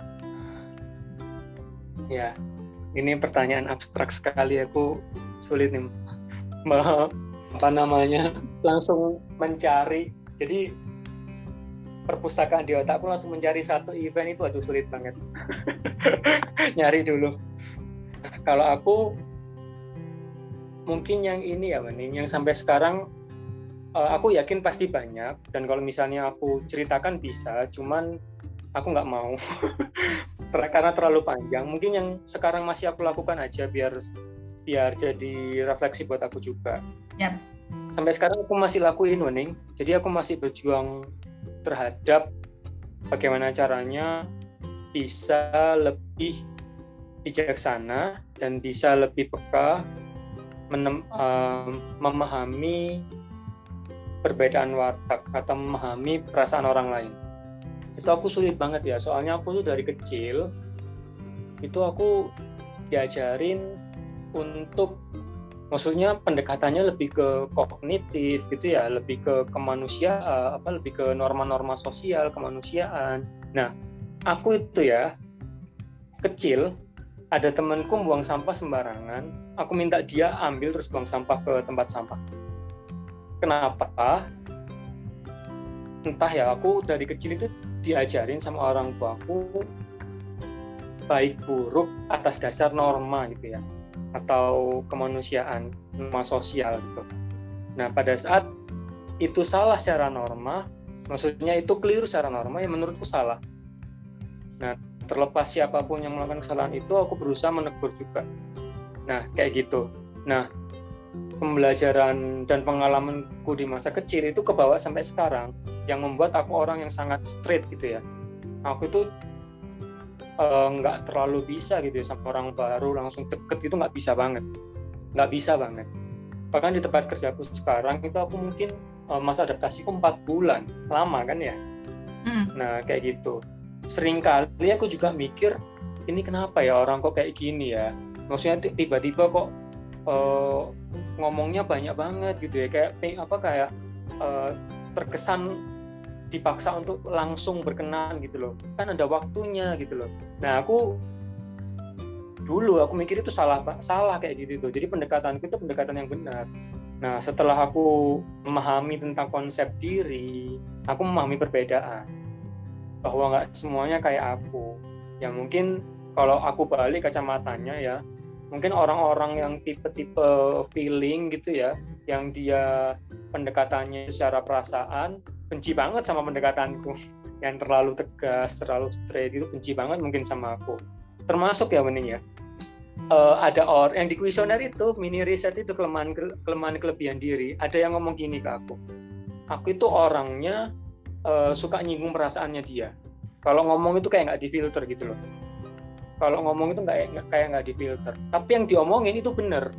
Ya, ini pertanyaan abstrak sekali, aku sulit nih langsung mencari. Jadi perpustakaan di otakku langsung mencari satu event itu, aduh sulit banget. Nyari dulu. Kalau aku mungkin yang ini ya, yang sampai sekarang aku yakin pasti banyak, dan kalau misalnya aku ceritakan bisa, cuman aku nggak mau karena terlalu panjang. Mungkin yang sekarang masih aku lakukan aja biar jadi refleksi buat aku juga. Yep. Sampai sekarang aku masih lakuin, Wening. Jadi aku masih berjuang terhadap bagaimana caranya bisa lebih bijaksana dan bisa lebih peka memahami perbedaan watak atau memahami perasaan orang lain. Itu aku sulit banget ya, soalnya aku tuh dari kecil itu aku diajarin untuk, maksudnya pendekatannya lebih ke kognitif gitu ya, lebih ke kemanusiaan, lebih ke norma-norma sosial kemanusiaan. Nah, aku itu ya kecil ada temanku buang sampah sembarangan, aku minta dia ambil terus buang sampah ke tempat sampah. Kenapa? Entah ya, aku dari kecil itu diajarin sama orang tuaku baik buruk atas dasar norma gitu ya, atau kemanusiaan, norma sosial gitu. Nah pada saat itu salah secara norma, maksudnya itu keliru secara norma, ya menurutku salah. Nah terlepas siapapun yang melakukan kesalahan itu, aku berusaha menegur juga. Nah, kayak gitu. Nah, pembelajaran dan pengalamanku di masa kecil itu kebawa sampai sekarang, yang membuat aku orang yang sangat straight gitu ya. Aku itu nggak terlalu bisa gitu ya, sama orang baru langsung deket itu nggak bisa banget. Bahkan di tempat kerjaku sekarang itu aku mungkin masa adaptasiku 4 bulan, lama kan ya. Nah, kayak gitu. Seringkali aku juga mikir, ini kenapa ya orang kok kayak gini ya? Maksudnya tiba-tiba kok ngomongnya banyak banget gitu ya, kayak terkesan dipaksa untuk langsung berkenan gitu loh. Kan ada waktunya gitu loh. Nah, aku mikir itu salah kayak gitu tuh. Jadi pendekatanku itu pendekatan yang benar. Nah, setelah aku memahami tentang konsep diri, aku memahami perbedaan. Bahwa nggak semuanya kayak aku. Ya mungkin kalau aku balik kacamatanya ya, mungkin orang-orang yang tipe-tipe feeling gitu ya, yang dia pendekatannya secara perasaan, benci banget sama pendekatanku. Yang terlalu tegas, terlalu straight itu benci banget mungkin sama aku. Termasuk ya Wening ya, ada orang yang di kuesioner itu, mini riset itu kelemahan kelebihan diri, ada yang ngomong gini ke aku itu orangnya suka nyinggung perasaannya dia. Kalau ngomong itu kayak nggak difilter gitu loh. Kalau ngomong itu kayak nggak difilter. Tapi yang diomongin itu bener.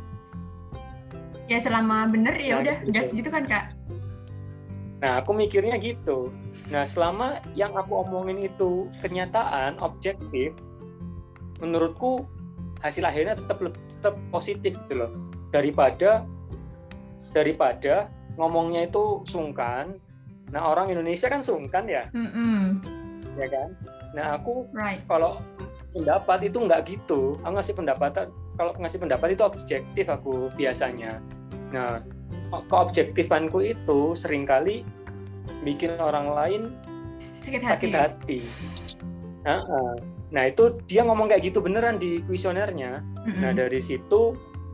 Ya selama bener ya udah gas gitu kan Kak. Nah aku mikirnya gitu. Nah selama yang aku omongin itu kenyataan, objektif, menurutku hasil akhirnya tetap positif gitu loh. Daripada ngomongnya itu sungkan. Nah orang Indonesia kan sungkan ya, ya kan. Nah aku kalau pendapat itu nggak gitu. Aku kalau ngasih pendapat itu objektif aku biasanya. Nah keobjektifanku itu seringkali bikin orang lain sakit hati. Nah itu dia ngomong kayak gitu beneran di kuesionernya. Nah dari situ,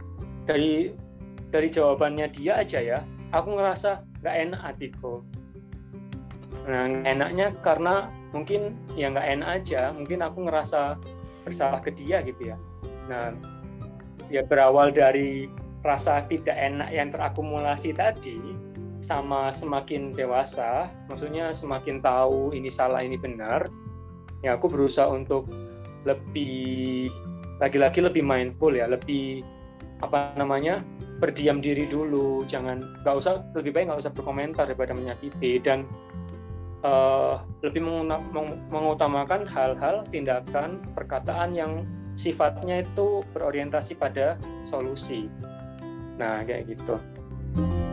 dari jawabannya dia aja ya, aku ngerasa nggak enak hatiku. Nah enaknya karena mungkin ya nggak enak aja, mungkin aku ngerasa bersalah ke dia gitu ya. Nah ya berawal dari rasa tidak enak yang terakumulasi tadi, sama semakin dewasa, maksudnya semakin tahu ini salah ini benar, ya aku berusaha untuk lebih mindful ya, lebih berdiam diri dulu, lebih baik nggak usah berkomentar daripada menyakiti, dan lebih mengutamakan hal-hal, tindakan, perkataan yang sifatnya itu berorientasi pada solusi. Nah kayak gitu.